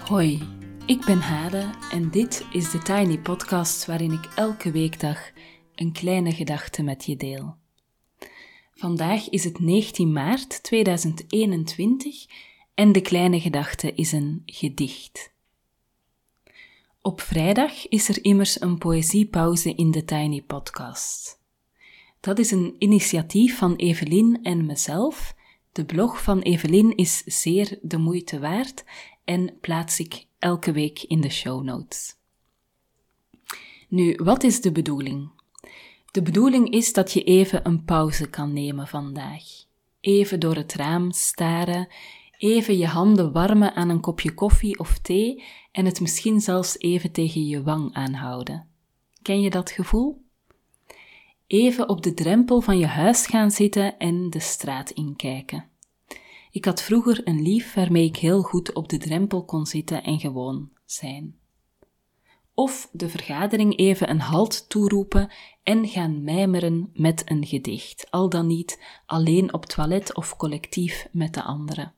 Hoi, ik ben Hade en dit is de Tiny Podcast waarin ik elke weekdag een kleine gedachte met je deel. Vandaag is het 19 maart 2021 en de kleine gedachte is een gedicht. Op vrijdag is er immers een poëziepauze in de Tiny Podcast. Dat is een initiatief van Evelien en mezelf. De blog van Evelien is zeer de moeite waard en plaats ik elke week in de show notes. Nu, wat is de bedoeling? De bedoeling is dat je even een pauze kan nemen vandaag. Even door het raam staren, even je handen warmen aan een kopje koffie of thee en het misschien zelfs even tegen je wang aanhouden. Ken je dat gevoel? Even op de drempel van je huis gaan zitten en de straat inkijken. Ik had vroeger een lief waarmee ik heel goed op de drempel kon zitten en gewoon zijn. Of de vergadering even een halt toeroepen en gaan mijmeren met een gedicht, al dan niet alleen op toilet of collectief met de anderen.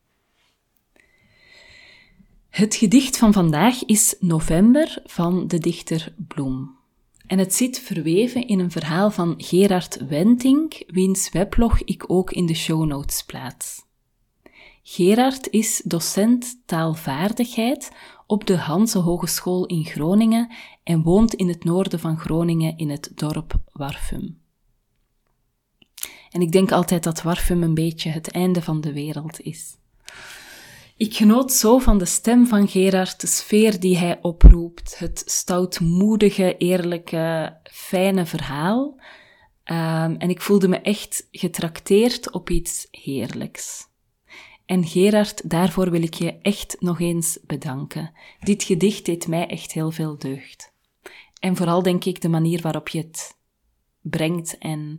Het gedicht van vandaag is November van de dichter Bloem. En het zit verweven in een verhaal van Gerard Wentink, wiens weblog ik ook in de show notes plaats. Gerard is docent taalvaardigheid op de Hanse Hogeschool in Groningen en woont in het noorden van Groningen in het dorp Warffum. En ik denk altijd dat Warffum een beetje het einde van de wereld is. Ik genoot zo van de stem van Gerard, de sfeer die hij oproept, het stoutmoedige, eerlijke, fijne verhaal. En ik voelde me echt getrakteerd op iets heerlijks. En Gerard, daarvoor wil ik je echt nog eens bedanken. Dit gedicht deed mij echt heel veel deugd. En vooral denk ik de manier waarop je het brengt en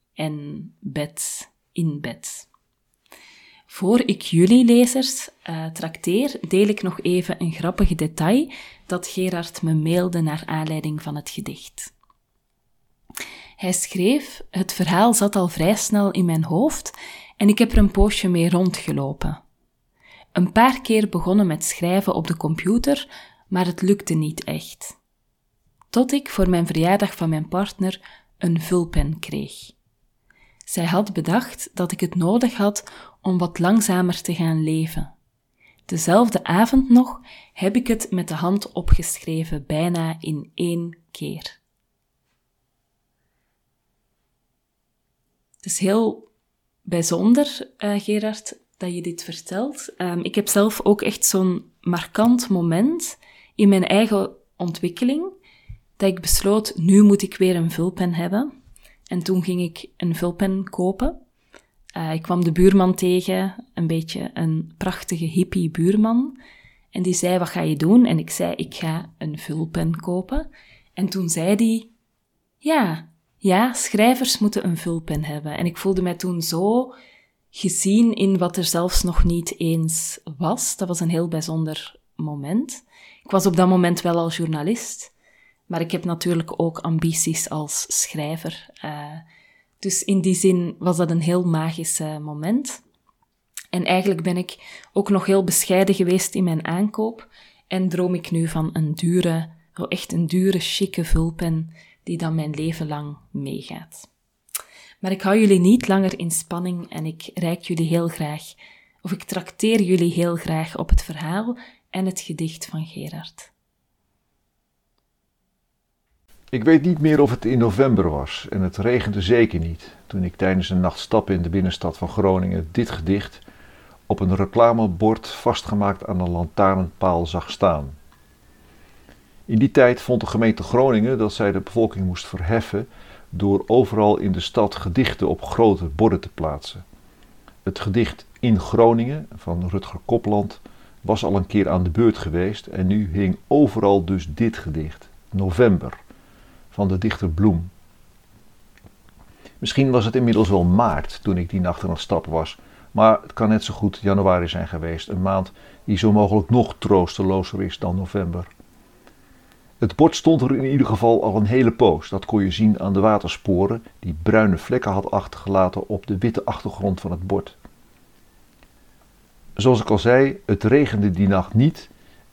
in bed. Voor ik jullie lezers trakteer, deel ik nog even een grappig detail dat Gerard me mailde naar aanleiding van het gedicht. Hij schreef: het verhaal zat al vrij snel in mijn hoofd en ik heb er een poosje mee rondgelopen. Een paar keer begonnen met schrijven op de computer, maar het lukte niet echt. Tot ik voor mijn verjaardag van mijn partner een vulpen kreeg. Zij had bedacht dat ik het nodig had om wat langzamer te gaan leven. Dezelfde avond nog heb ik het met de hand opgeschreven, bijna in 1 keer. Het is heel bijzonder, Gerard, dat je dit vertelt. Ik heb zelf ook echt zo'n markant moment in mijn eigen ontwikkeling, dat ik besloot, nu moet ik weer een vulpen hebben. En toen ging ik een vulpen kopen. Ik kwam de buurman tegen, een beetje een prachtige hippie buurman. En die zei, wat ga je doen? En ik zei, ik ga een vulpen kopen. En toen zei hij, ja, schrijvers moeten een vulpen hebben. En ik voelde mij toen zo gezien in wat er zelfs nog niet eens was. Dat was een heel bijzonder moment. Ik was op dat moment wel al journalist, maar ik heb natuurlijk ook ambities als schrijver. Dus in die zin was dat een heel magisch moment. En eigenlijk ben ik ook nog heel bescheiden geweest in mijn aankoop en droom ik nu van echt een dure, chique vulpen die dan mijn leven lang meegaat. Maar ik hou jullie niet langer in spanning en ik trakteer jullie heel graag op het verhaal en het gedicht van Gerard. Ik weet niet meer of het in november was en het regende zeker niet toen ik tijdens een nacht stappen in de binnenstad van Groningen dit gedicht op een reclamebord vastgemaakt aan een lantaarnpaal zag staan. In die tijd vond de gemeente Groningen dat zij de bevolking moest verheffen door overal in de stad gedichten op grote borden te plaatsen. Het gedicht In Groningen van Rutger Kopland was al een keer aan de beurt geweest en nu hing overal dus dit gedicht, November, van de dichter Bloem. Misschien was het inmiddels wel maart toen ik die nacht aan het stappen was, maar het kan net zo goed januari zijn geweest, een maand die zo mogelijk nog troostelozer is dan november. Het bord stond er in ieder geval al een hele poos, dat kon je zien aan de watersporen die bruine vlekken had achtergelaten op de witte achtergrond van het bord. Zoals ik al zei, het regende die nacht niet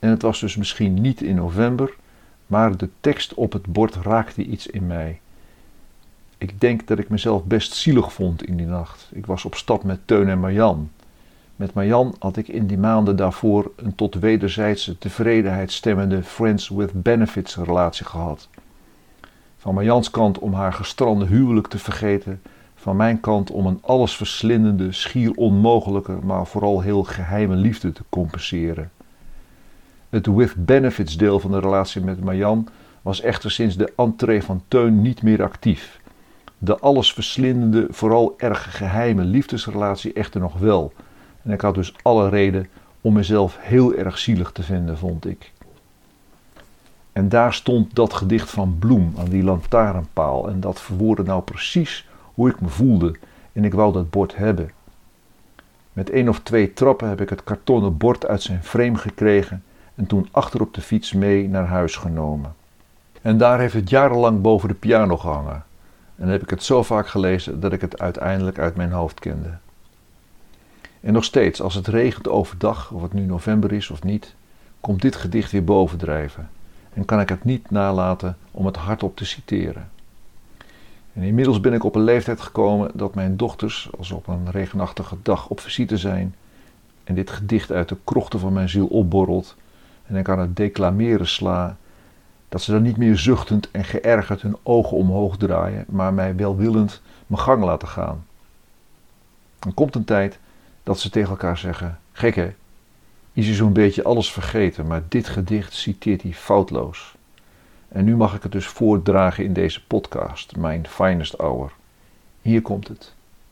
En het was dus misschien niet in november, maar de tekst op het bord raakte iets in mij. Ik denk dat ik mezelf best zielig vond in die nacht. Ik was op stap met Teun en Marjan. Met Marjan had ik in die maanden daarvoor een tot wederzijdse tevredenheid stemmende friends with benefits relatie gehad. Van Marjans kant om haar gestrande huwelijk te vergeten, van mijn kant om een allesverslindende, schier onmogelijke, maar vooral heel geheime liefde te compenseren. Het with benefits deel van de relatie met Marjan was echter sinds de entree van Teun niet meer actief. De allesverslindende, vooral erg geheime liefdesrelatie echter nog wel. En ik had dus alle reden om mezelf heel erg zielig te vinden, vond ik. En daar stond dat gedicht van Bloem aan die lantaarnpaal. En dat verwoordde nou precies hoe ik me voelde. En ik wou dat bord hebben. Met 1 of 2 trappen heb ik het kartonnen bord uit zijn frame gekregen en toen achter op de fiets mee naar huis genomen. En daar heeft het jarenlang boven de piano gehangen. En heb ik het zo vaak gelezen dat ik het uiteindelijk uit mijn hoofd kende. En nog steeds, als het regent overdag, of het nu november is of niet, komt dit gedicht weer bovendrijven. En kan ik het niet nalaten om het hardop te citeren. En inmiddels ben ik op een leeftijd gekomen dat mijn dochters, als ze op een regenachtige dag op visite zijn, en dit gedicht uit de krochten van mijn ziel opborrelt, en ik aan het declameren sla, dat ze dan niet meer zuchtend en geërgerd hun ogen omhoog draaien, maar mij welwillend mijn gang laten gaan. Er komt een tijd dat ze tegen elkaar zeggen: gek hè, is hij zo'n beetje alles vergeten, maar dit gedicht citeert hij foutloos. En nu mag ik het dus voordragen in deze podcast, mijn finest hour. Hier komt het.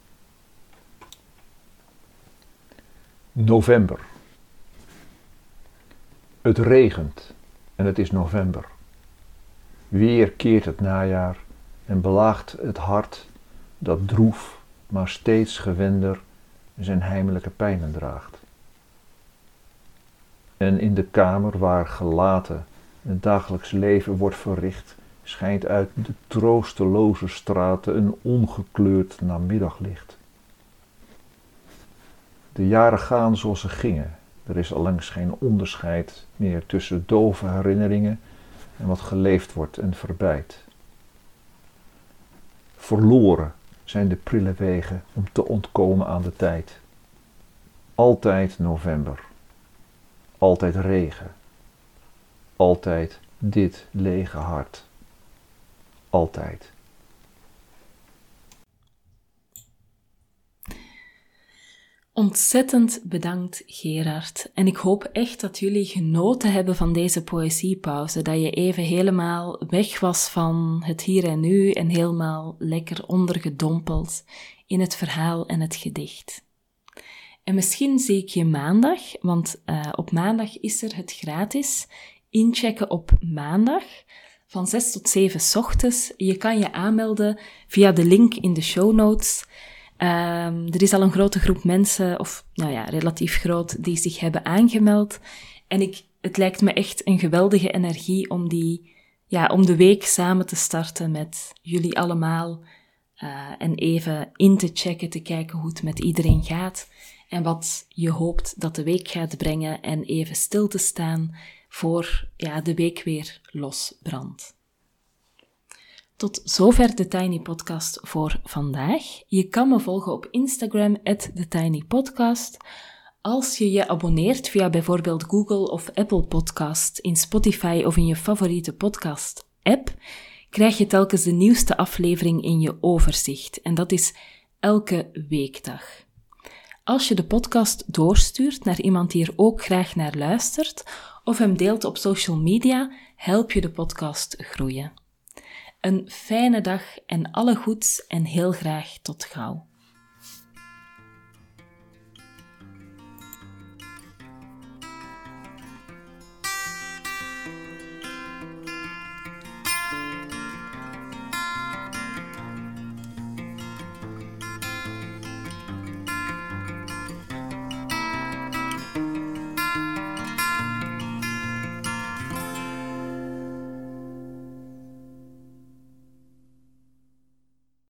November. Het regent en het is november. Weer keert het najaar en belaagt het hart dat droef, maar steeds gewender zijn heimelijke pijnen draagt. En in de kamer waar gelaten het dagelijks leven wordt verricht, schijnt uit de troosteloze straten een ongekleurd namiddaglicht. De jaren gaan zoals ze gingen. Er is allengs geen onderscheid meer tussen dove herinneringen en wat geleefd wordt en verbijt. Verloren zijn de prille wegen om te ontkomen aan de tijd. Altijd november. Altijd regen. Altijd dit lege hart. Altijd. Ontzettend bedankt, Gerard. En ik hoop echt dat jullie genoten hebben van deze poëziepauze. Dat je even helemaal weg was van het hier en nu en helemaal lekker ondergedompeld in het verhaal en het gedicht. En misschien zie ik je maandag, want op maandag is er het gratis inchecken op maandag van 6 tot 7 's ochtends. Je kan je aanmelden via de link in de show notes. Er is al een grote groep mensen, of nou ja, relatief groot, die zich hebben aangemeld. En het lijkt me echt een geweldige energie om de week samen te starten met jullie allemaal. En even in te checken, te kijken hoe het met iedereen gaat. En wat je hoopt dat de week gaat brengen. En even stil te staan voor de week weer losbrandt. Tot zover de Tiny Podcast voor vandaag. Je kan me volgen op Instagram @TheTinyPodcast. Als je je abonneert via bijvoorbeeld Google of Apple Podcast, in Spotify of in je favoriete podcast-app, krijg je telkens de nieuwste aflevering in je overzicht. En dat is elke weekdag. Als je de podcast doorstuurt naar iemand die er ook graag naar luistert, of hem deelt op social media, help je de podcast groeien. Een fijne dag en alle goeds en heel graag tot gauw.